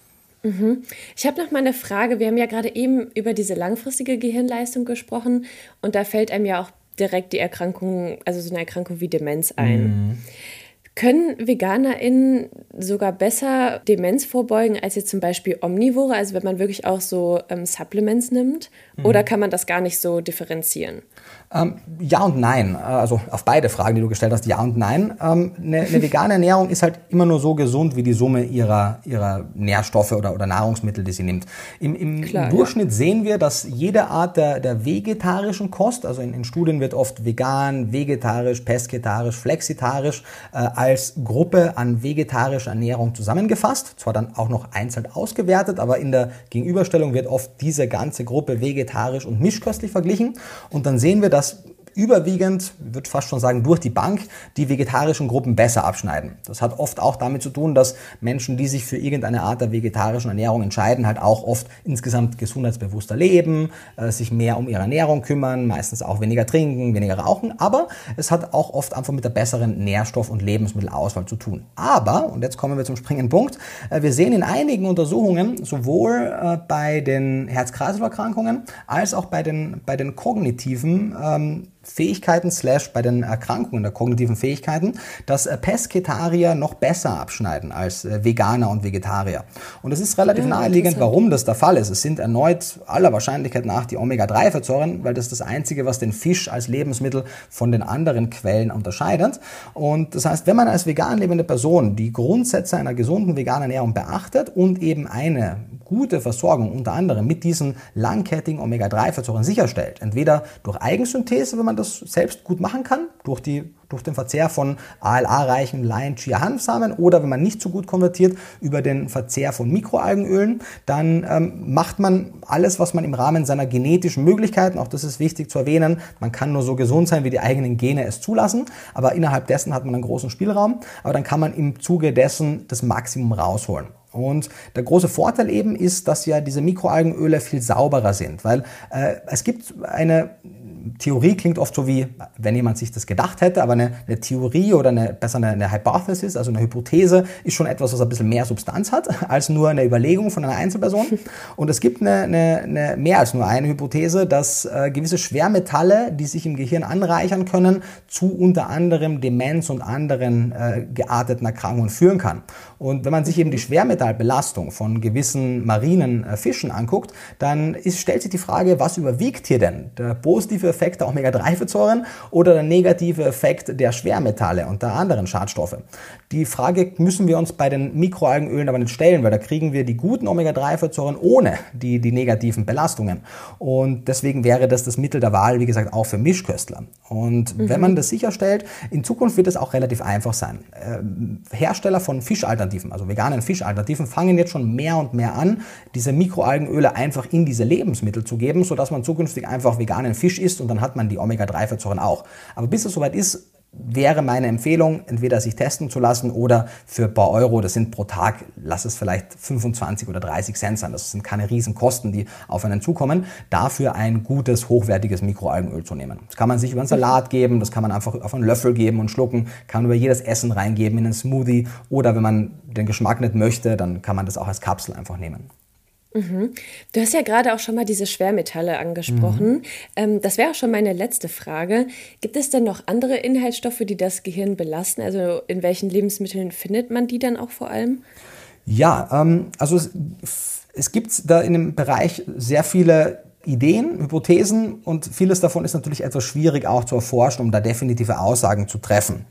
C: Ich habe noch mal eine Frage. Wir haben ja gerade eben über diese langfristige Gehirnleistung gesprochen und da fällt einem ja auch direkt die Erkrankung, also so eine Erkrankung wie Demenz ein. Können VeganerInnen sogar besser Demenz vorbeugen als jetzt zum Beispiel Omnivore, also wenn man wirklich auch so Supplements nimmt? Oder kann man das gar nicht so differenzieren?
B: Ja und nein. Also auf beide Fragen, die du gestellt hast, ja und nein. Eine vegane Ernährung ist halt immer nur so gesund wie die Summe ihrer Nährstoffe oder Nahrungsmittel, die sie nimmt. Im Durchschnitt sehen wir, dass jede Art der vegetarischen Kost, also in Studien wird oft vegan, vegetarisch, pesketarisch, flexitarisch als Gruppe an vegetarischer Ernährung zusammengefasst, zwar dann auch noch einzeln ausgewertet, aber in der Gegenüberstellung wird oft diese ganze Gruppe vegetarisch und mischköstlich verglichen und dann sehen wir, dass überwiegend, ich würde fast schon sagen, durch die Bank die vegetarischen Gruppen besser abschneiden. Das hat oft auch damit zu tun, dass Menschen, die sich für irgendeine Art der vegetarischen Ernährung entscheiden, halt auch oft insgesamt gesundheitsbewusster leben, sich mehr um ihre Ernährung kümmern, meistens auch weniger trinken, weniger rauchen, aber es hat auch oft einfach mit der besseren Nährstoff- und Lebensmittelauswahl zu tun. Aber, und jetzt kommen wir zum springenden Punkt, wir sehen in einigen Untersuchungen, sowohl bei den Herz-Kreislauf-Erkrankungen als auch bei den kognitiven Fähigkeiten / bei den Erkrankungen der kognitiven Fähigkeiten, dass Pesketarier noch besser abschneiden als Veganer und Vegetarier. Und es ist relativ naheliegend, warum das der Fall ist. Es sind erneut aller Wahrscheinlichkeit nach die Omega-3-Fettsäuren, weil das ist das Einzige, was den Fisch als Lebensmittel von den anderen Quellen unterscheidet. Und das heißt, wenn man als vegan lebende Person die Grundsätze einer gesunden veganen Ernährung beachtet und eben eine gute Versorgung unter anderem mit diesen langkettigen Omega-3-Fettsäuren sicherstellt, entweder durch Eigensynthese, wenn man man das selbst gut machen kann, durch den Verzehr von ALA-reichen Lion-Chia-Hanfsamen oder wenn man nicht so gut konvertiert, über den Verzehr von Mikroalgenölen, dann macht man alles, was man im Rahmen seiner genetischen Möglichkeiten, auch das ist wichtig zu erwähnen, man kann nur so gesund sein, wie die eigenen Gene es zulassen, aber innerhalb dessen hat man einen großen Spielraum, aber dann kann man im Zuge dessen das Maximum rausholen. Und der große Vorteil eben ist, dass ja diese Mikroalgenöle viel sauberer sind, weil es gibt eine Theorie, klingt oft so wie, wenn jemand sich das gedacht hätte, aber eine Theorie oder besser eine Hypothesis, also eine Hypothese, ist schon etwas, was ein bisschen mehr Substanz hat, als nur eine Überlegung von einer Einzelperson. Und es gibt eine mehr als nur eine Hypothese, dass gewisse Schwermetalle, die sich im Gehirn anreichern können, zu unter anderem Demenz und anderen gearteten Erkrankungen führen kann. Und wenn man sich eben die Schwermetallbelastung von gewissen marinen Fischen anguckt, dann stellt sich die Frage, was überwiegt hier denn? Der positive Effekt der Omega-3-Fettsäuren oder der negative Effekt der Schwermetalle und der anderen Schadstoffe? Die Frage müssen wir uns bei den Mikroalgenölen aber nicht stellen, weil da kriegen wir die guten Omega-3-Fettsäuren ohne die negativen Belastungen. Und deswegen wäre das Mittel der Wahl, wie gesagt, auch für Mischköstler. Und wenn man das sicherstellt, in Zukunft wird es auch relativ einfach sein. Hersteller von Fischalternativen, also veganen Fischalternativen, fangen jetzt schon mehr und mehr an, diese Mikroalgenöle einfach in diese Lebensmittel zu geben, sodass man zukünftig einfach veganen Fisch isst und dann hat man die Omega-3-Fettsäuren auch. Aber bis es soweit ist, wäre meine Empfehlung, entweder sich testen zu lassen oder für ein paar Euro, das sind pro Tag, lass es vielleicht 25 oder 30 Cent sein, das sind keine riesen Kosten, die auf einen zukommen, dafür ein gutes, hochwertiges Mikroalgenöl zu nehmen. Das kann man sich über einen Salat geben, das kann man einfach auf einen Löffel geben und schlucken, kann man über jedes Essen reingeben in einen Smoothie oder wenn man den Geschmack nicht möchte, dann kann man das auch als Kapsel einfach nehmen.
C: Du hast ja gerade auch schon mal diese Schwermetalle angesprochen. Das wäre auch schon meine letzte Frage. Gibt es denn noch andere Inhaltsstoffe, die das Gehirn belasten? Also in welchen Lebensmitteln findet man die dann auch vor allem?
B: Ja, also es gibt da in dem Bereich sehr viele Ideen, Hypothesen und vieles davon ist natürlich etwas schwierig auch zu erforschen, um da definitive Aussagen zu treffen.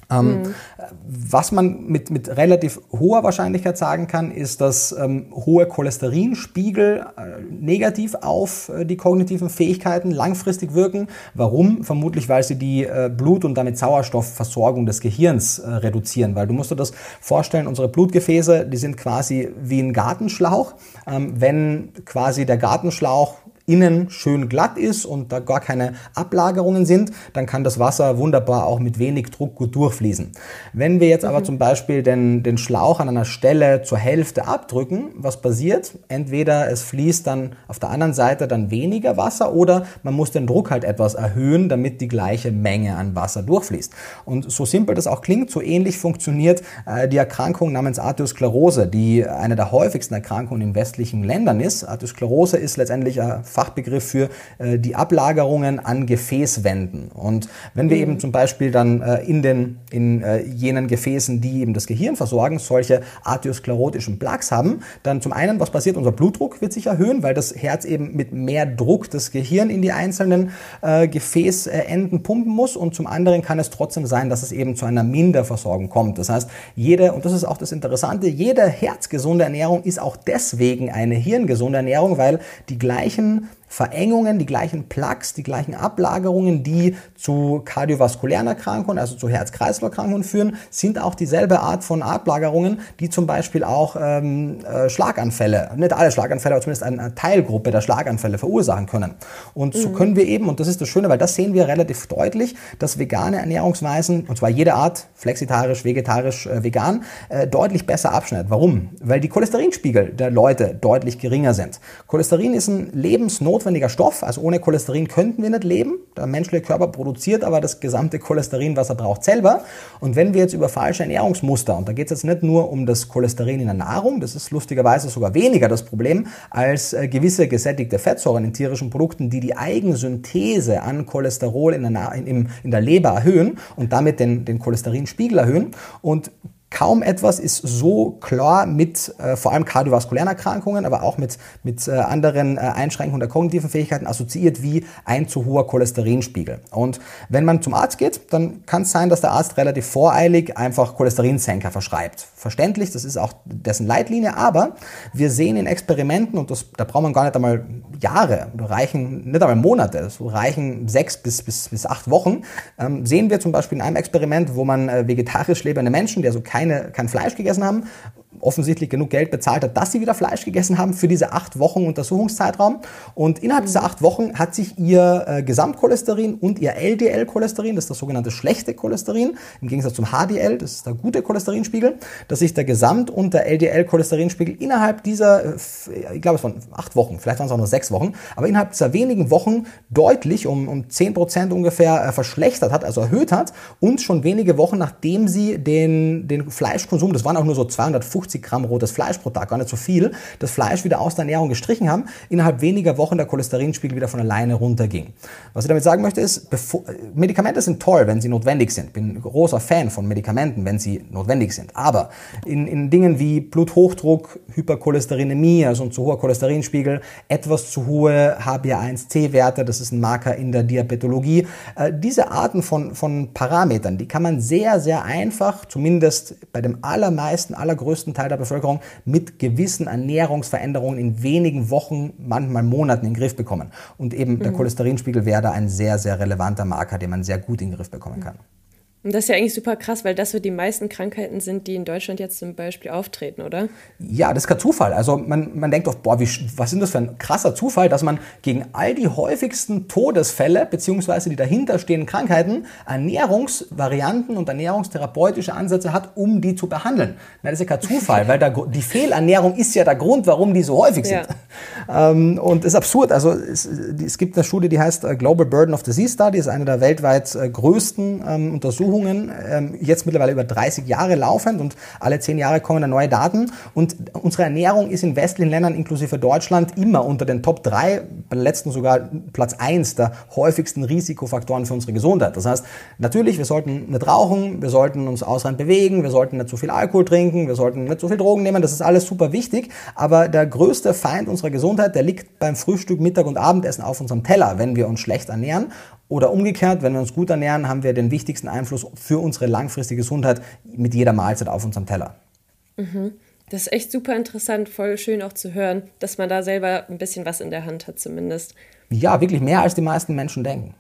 B: Was man mit relativ hoher Wahrscheinlichkeit sagen kann, ist, dass hohe Cholesterinspiegel negativ auf die kognitiven Fähigkeiten langfristig wirken. Warum? Vermutlich, weil sie die Blut- und damit Sauerstoffversorgung des Gehirns reduzieren. Weil du musst dir das vorstellen, unsere Blutgefäße, die sind quasi wie ein Gartenschlauch. Wenn quasi der Gartenschlauch innen schön glatt ist und da gar keine Ablagerungen sind, dann kann das Wasser wunderbar auch mit wenig Druck gut durchfließen. Wenn wir jetzt aber zum Beispiel den Schlauch an einer Stelle zur Hälfte abdrücken, was passiert? Entweder es fließt dann auf der anderen Seite dann weniger Wasser oder man muss den Druck halt etwas erhöhen, damit die gleiche Menge an Wasser durchfließt. Und so simpel das auch klingt, so ähnlich funktioniert die Erkrankung namens Arteriosklerose, die eine der häufigsten Erkrankungen in westlichen Ländern ist. Arteriosklerose ist letztendlich ein Fachbegriff für die Ablagerungen an Gefäßwänden. Und wenn wir eben zum Beispiel dann in jenen Gefäßen, die eben das Gehirn versorgen, solche arteriosklerotischen Plaques haben, dann zum einen, was passiert? Unser Blutdruck wird sich erhöhen, weil das Herz eben mit mehr Druck das Gehirn in die einzelnen Gefäßenden pumpen muss und zum anderen kann es trotzdem sein, dass es eben zu einer Minderversorgung kommt. Das heißt, und das ist auch das Interessante, jede herzgesunde Ernährung ist auch deswegen eine hirngesunde Ernährung, weil die gleichen Verengungen, die gleichen Plaques, die gleichen Ablagerungen, die zu kardiovaskulären Erkrankungen, also zu Herz-Kreislauf-Erkrankungen führen, sind auch dieselbe Art von Ablagerungen, die zum Beispiel auch Schlaganfälle, nicht alle Schlaganfälle, aber zumindest eine Teilgruppe der Schlaganfälle verursachen können. Und so können wir eben, und das ist das Schöne, weil das sehen wir relativ deutlich, dass vegane Ernährungsweisen, und zwar jede Art, flexitarisch, vegetarisch, vegan, deutlich besser abschneidet. Warum? Weil die Cholesterinspiegel der Leute deutlich geringer sind. Cholesterin ist ein lebensnotwendiger Stoff, also ohne Cholesterin könnten wir nicht leben. Der menschliche Körper produziert aber das gesamte Cholesterin, was er braucht, selber. Und wenn wir jetzt über falsche Ernährungsmuster, und da geht es jetzt nicht nur um das Cholesterin in der Nahrung, das ist lustigerweise sogar weniger das Problem, als gewisse gesättigte Fettsäuren in tierischen Produkten, die Eigensynthese an Cholesterol in der Leber erhöhen und damit den Cholesterinspiegel erhöhen. Und kaum etwas ist so klar mit vor allem kardiovaskulären Erkrankungen, aber auch mit anderen Einschränkungen der kognitiven Fähigkeiten assoziiert wie ein zu hoher Cholesterinspiegel. Und wenn man zum Arzt geht, dann kann es sein, dass der Arzt relativ voreilig einfach Cholesterinsenker verschreibt. Verständlich, das ist auch dessen Leitlinie, aber wir sehen in Experimenten, und da braucht man gar nicht einmal Jahre, reichen nicht einmal Monate, so reichen 6 bis 8 Wochen, sehen wir zum Beispiel in einem Experiment, wo man vegetarisch lebende Menschen, die also kein Fleisch gegessen haben, offensichtlich genug Geld bezahlt hat, dass sie wieder Fleisch gegessen haben für diese 8 Wochen Untersuchungszeitraum. Und innerhalb dieser 8 Wochen hat sich ihr Gesamtcholesterin und ihr LDL-Cholesterin, das ist das sogenannte schlechte Cholesterin, im Gegensatz zum HDL, das ist der gute Cholesterinspiegel, dass sich der Gesamt- und der LDL-Cholesterinspiegel innerhalb dieser, ich glaube es waren 8 Wochen, vielleicht waren es auch nur 6 Wochen, aber innerhalb dieser wenigen Wochen deutlich um 10% ungefähr verschlechtert hat, also erhöht hat, und schon wenige Wochen nachdem sie den Fleischkonsum, das waren auch nur so 250 Gramm rotes Fleisch pro Tag, gar nicht so viel, das Fleisch wieder aus der Ernährung gestrichen haben, innerhalb weniger Wochen der Cholesterinspiegel wieder von alleine runterging. Was ich damit sagen möchte ist, Medikamente sind toll, wenn sie notwendig sind. Ich bin ein großer Fan von Medikamenten, wenn sie notwendig sind. Aber in Dingen wie Bluthochdruck, Hypercholesterinämie, also ein zu hoher Cholesterinspiegel, etwas zu hohe HbA1c-Werte, das ist ein Marker in der Diabetologie, diese Arten von Parametern, die kann man sehr, sehr einfach, zumindest bei dem allergrößten Teil der Bevölkerung, mit gewissen Ernährungsveränderungen in wenigen Wochen, manchmal Monaten in den Griff bekommen. Und eben der Cholesterinspiegel wäre da ein sehr, sehr relevanter Marker, den man sehr gut in den Griff bekommen kann.
C: Und das ist ja eigentlich super krass, weil das so die meisten Krankheiten sind, die in Deutschland jetzt zum Beispiel auftreten, oder?
B: Ja, das ist kein Zufall. Also man denkt oft, was ist das für ein krasser Zufall, dass man gegen all die häufigsten Todesfälle beziehungsweise die dahinterstehenden Krankheiten Ernährungsvarianten und ernährungstherapeutische Ansätze hat, um die zu behandeln. Nein, das ist ja kein Zufall, weil die Fehlernährung ist ja der Grund, warum die so häufig sind. Ja. Und das ist absurd. Also es gibt eine Studie, die heißt Global Burden of Disease Study, ist eine der weltweit größten Untersuchungen, jetzt mittlerweile über 30 Jahre laufend, und alle 10 Jahre kommen da neue Daten. Und unsere Ernährung ist in westlichen Ländern inklusive Deutschland immer unter den Top 3, bei der letzten sogar Platz 1 der häufigsten Risikofaktoren für unsere Gesundheit. Das heißt, natürlich, wir sollten nicht rauchen, wir sollten uns ausreichend bewegen, wir sollten nicht zu viel Alkohol trinken, wir sollten nicht zu viel Drogen nehmen, das ist alles super wichtig, aber der größte Feind unserer Gesundheit, der liegt beim Frühstück, Mittag und Abendessen auf unserem Teller, wenn wir uns schlecht ernähren. Oder umgekehrt, wenn wir uns gut ernähren, haben wir den wichtigsten Einfluss für unsere langfristige Gesundheit mit jeder Mahlzeit auf unserem Teller.
C: Das ist echt super interessant, voll schön auch zu hören, dass man da selber ein bisschen was in der Hand hat zumindest.
B: Ja, wirklich mehr als die meisten Menschen denken.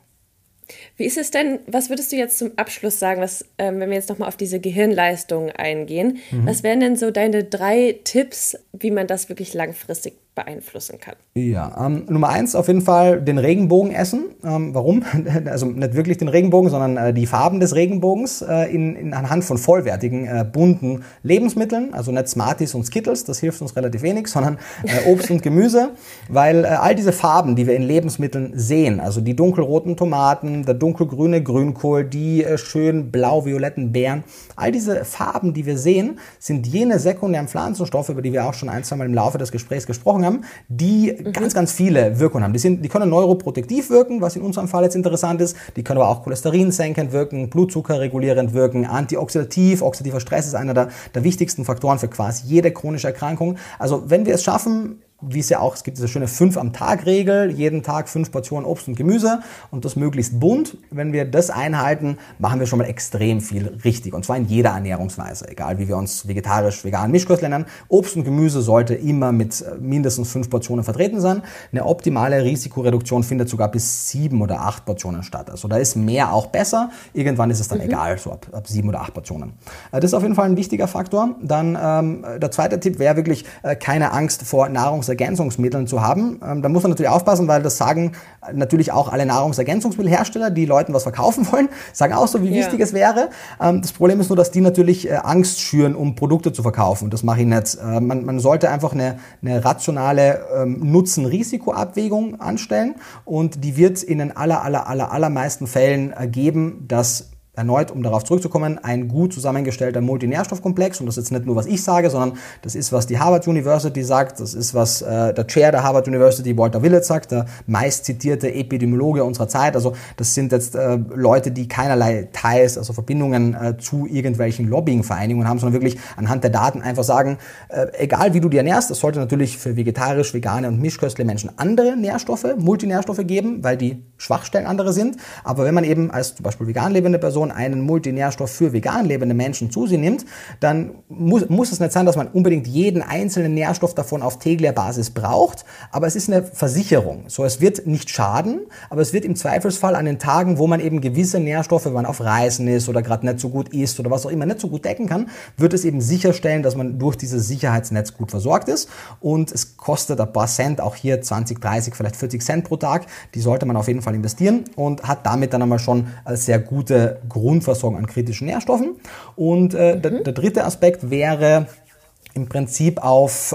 C: Wie ist es denn, was würdest du jetzt zum Abschluss sagen, wenn wir jetzt nochmal auf diese Gehirnleistung eingehen, was wären denn so deine 3 Tipps, wie man das wirklich langfristig beeinflussen kann?
B: Ja, Nummer 1 auf jeden Fall den Regenbogen essen. Warum? Also nicht wirklich den Regenbogen, sondern die Farben des Regenbogens anhand von vollwertigen, bunten Lebensmitteln, also nicht Smarties und Skittles, das hilft uns relativ wenig, sondern Obst und Gemüse, weil all diese Farben, die wir in Lebensmitteln sehen, also die dunkelroten Tomaten, der dunkelgrüne Grünkohl, die schön blau-violetten Beeren, all diese Farben, die wir sehen, sind jene sekundären Pflanzenstoffe, über die wir auch schon 1-2 Mal im Laufe des Gesprächs gesprochen haben, die ganz, ganz viele Wirkungen haben. Die können neuroprotektiv wirken, was in unserem Fall jetzt interessant ist. Die können aber auch cholesterinsenkend wirken, Blutzuckerregulierend wirken, antioxidativ. Oxidativer Stress ist einer der wichtigsten Faktoren für quasi jede chronische Erkrankung. Also wenn wir es schaffen, wie es ja auch, es gibt diese schöne 5-am-Tag-Regel, jeden Tag 5 Portionen Obst und Gemüse und das möglichst bunt. Wenn wir das einhalten, machen wir schon mal extrem viel richtig, und zwar in jeder Ernährungsweise, egal wie wir uns vegetarisch, vegan, Mischköstler nennen. Obst und Gemüse sollte immer mit mindestens 5 Portionen vertreten sein. Eine optimale Risikoreduktion findet sogar bis 7 oder 8 Portionen statt. Also da ist mehr auch besser. Irgendwann ist es dann egal, so ab 7 oder 8 Portionen. Das ist auf jeden Fall ein wichtiger Faktor. Dann der zweite Tipp wäre wirklich, keine Angst vor Nahrungsergänzungsmitteln zu haben. Da muss man natürlich aufpassen, weil das sagen natürlich auch alle Nahrungsergänzungsmittelhersteller, die Leuten was verkaufen wollen, sagen auch so, wie wichtig es wäre. Das Problem ist nur, dass die natürlich Angst schüren, um Produkte zu verkaufen. Das mache ich nicht. Man sollte einfach eine rationale Nutzen-Risiko-Abwägung anstellen, und die wird in den allermeisten Fällen ergeben, dass, erneut, um darauf zurückzukommen, ein gut zusammengestellter Multinährstoffkomplex, und das ist jetzt nicht nur, was ich sage, sondern das ist, was die Harvard University sagt, das ist, was der Chair der Harvard University, Walter Willett, sagt, der meist zitierte Epidemiologe unserer Zeit. Also das sind jetzt Leute, die keinerlei Ties, also Verbindungen zu irgendwelchen Lobbying-Vereinigungen haben, sondern wirklich anhand der Daten einfach sagen, egal wie du dich ernährst, es sollte natürlich für vegetarisch, vegane und mischköstliche Menschen andere Nährstoffe, Multinährstoffe geben, weil die Schwachstellen andere sind. Aber wenn man eben als zum Beispiel vegan lebende Person Person einen Multinährstoff für vegan lebende Menschen zu sich nimmt, dann muss es nicht sein, dass man unbedingt jeden einzelnen Nährstoff davon auf täglicher Basis braucht, aber es ist eine Versicherung. So, es wird nicht schaden, aber es wird im Zweifelsfall an den Tagen, wo man eben gewisse Nährstoffe, wenn man auf Reisen ist oder gerade nicht so gut isst oder was auch immer nicht so gut decken kann, wird es eben sicherstellen, dass man durch dieses Sicherheitsnetz gut versorgt ist, und es kostet ein paar Cent, auch hier 20, 30, vielleicht 40 Cent pro Tag, die sollte man auf jeden Fall investieren und hat damit dann einmal schon eine sehr gute Grundversorgung an kritischen Nährstoffen. Und der dritte Aspekt wäre im Prinzip auf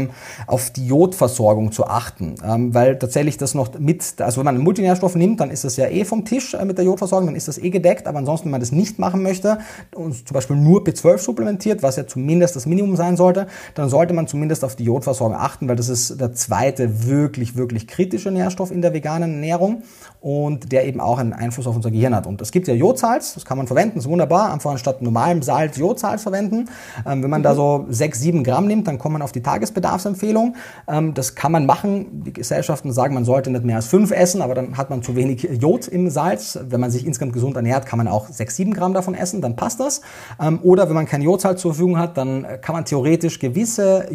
B: die Jodversorgung zu achten, weil tatsächlich das noch also wenn man einen Multinährstoff nimmt, dann ist das ja vom Tisch mit der Jodversorgung, dann ist das gedeckt, aber ansonsten, wenn man das nicht machen möchte und zum Beispiel nur B12 supplementiert, was ja zumindest das Minimum sein sollte, dann sollte man zumindest auf die Jodversorgung achten, weil das ist der zweite wirklich, wirklich kritische Nährstoff in der veganen Ernährung und der eben auch einen Einfluss auf unser Gehirn hat. Und es gibt ja Jodsalz, das kann man verwenden, das ist wunderbar, einfach anstatt normalem Salz Jodsalz verwenden. Wenn man da so 6-7 Gramm nimmt, dann kommt man auf die Tagesbedarfsempfehlung. Das kann man machen. Die Gesellschaften sagen, man sollte nicht mehr als 5 essen, aber dann hat man zu wenig Jod im Salz. Wenn man sich insgesamt gesund ernährt, kann man auch 6-7 Gramm davon essen, dann passt das. Oder wenn man kein Jodsalz zur Verfügung hat, dann kann man theoretisch gewisse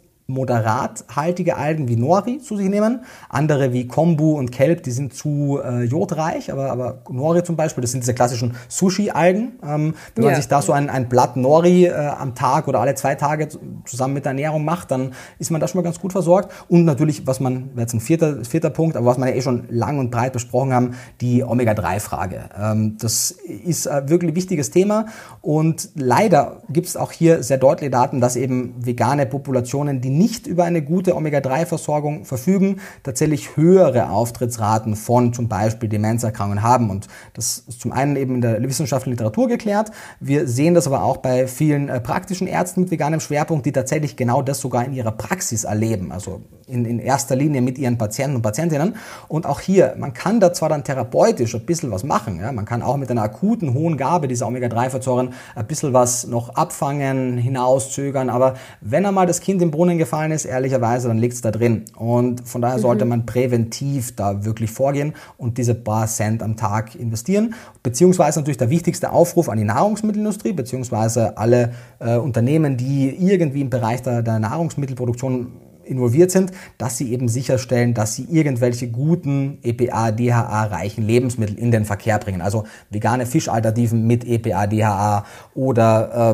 B: moderathaltige Algen wie Nori zu sich nehmen. Andere wie Kombu und Kelp, die sind zu jodreich, aber Nori zum Beispiel, das sind diese klassischen Sushi-Algen. Wenn man sich da so ein Blatt Nori am Tag oder alle 2 Tage zusammen mit der Ernährung macht, dann ist man da schon mal ganz gut versorgt. Und natürlich, jetzt ein vierter Punkt, aber was wir ja schon lang und breit besprochen haben, die Omega-3-Frage. Das ist ein wirklich wichtiges Thema und leider gibt es auch hier sehr deutliche Daten, dass eben vegane Populationen, die nicht über eine gute Omega-3-Versorgung verfügen, tatsächlich höhere Auftrittsraten von zum Beispiel Demenzerkrankungen haben. Und das ist zum einen eben in der wissenschaftlichen Literatur geklärt. Wir sehen das aber auch bei vielen praktischen Ärzten mit veganem Schwerpunkt, die tatsächlich genau das sogar in ihrer Praxis erleben. Also in erster Linie mit ihren Patienten und Patientinnen. Und auch hier, man kann da zwar dann therapeutisch ein bisschen was machen. Ja? Man kann auch mit einer akuten hohen Gabe dieser Omega-3-Fettsäuren ein bisschen was noch abfangen, hinauszögern. Aber wenn einmal das Kind im Brunnen gefallen ist, ehrlicherweise, dann liegt es da drin. Und von daher sollte man präventiv da wirklich vorgehen und diese paar Cent am Tag investieren. Beziehungsweise natürlich der wichtigste Aufruf an die Nahrungsmittelindustrie, beziehungsweise alle Unternehmen, die irgendwie im Bereich der Nahrungsmittelproduktion involviert sind, dass sie eben sicherstellen, dass sie irgendwelche guten EPA, DHA-reichen Lebensmittel in den Verkehr bringen. Also vegane Fischalternativen mit EPA, DHA oder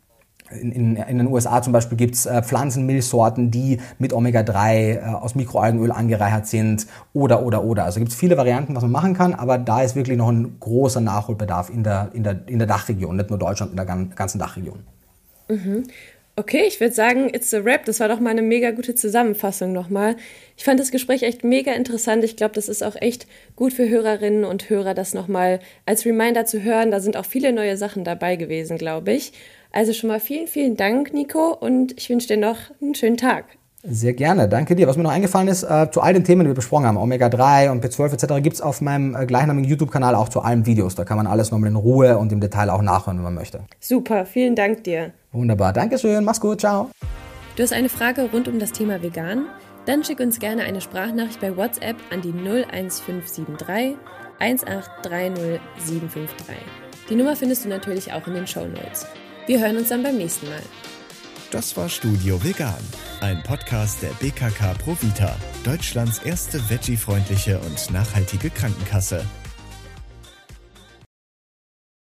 B: in den USA zum Beispiel gibt es Pflanzenmilchsorten, die mit Omega-3 aus Mikroalgenöl angereichert sind oder. Also gibt es viele Varianten, was man machen kann, aber da ist wirklich noch ein großer Nachholbedarf in der Dachregion, nicht nur Deutschland, in der ganzen Dachregion.
C: Mhm. Okay, ich würde sagen, it's a wrap. Das war doch mal eine mega gute Zusammenfassung nochmal. Ich fand das Gespräch echt mega interessant. Ich glaube, das ist auch echt gut für Hörerinnen und Hörer, das nochmal als Reminder zu hören. Da sind auch viele neue Sachen dabei gewesen, glaube ich. Also schon mal vielen, vielen Dank, Nico, und ich wünsche dir noch einen schönen Tag.
B: Sehr gerne, danke dir. Was mir noch eingefallen ist, zu all den Themen, die wir besprochen haben, Omega-3 und B12 etc., gibt es auf meinem gleichnamigen YouTube-Kanal auch zu allen Videos. Da kann man alles nochmal in Ruhe und im Detail auch nachhören, wenn man möchte.
C: Super, vielen Dank dir.
B: Wunderbar, Dankeschön, mach's gut, ciao.
C: Du hast eine Frage rund um das Thema Vegan? Dann schick uns gerne eine Sprachnachricht bei WhatsApp an die 01573 1830753. Die Nummer findest du natürlich auch in den Shownotes. Wir hören uns dann beim nächsten Mal.
A: Das war Studio Vegan, ein Podcast der BKK Provita, Deutschlands erste veggie-freundliche und nachhaltige Krankenkasse.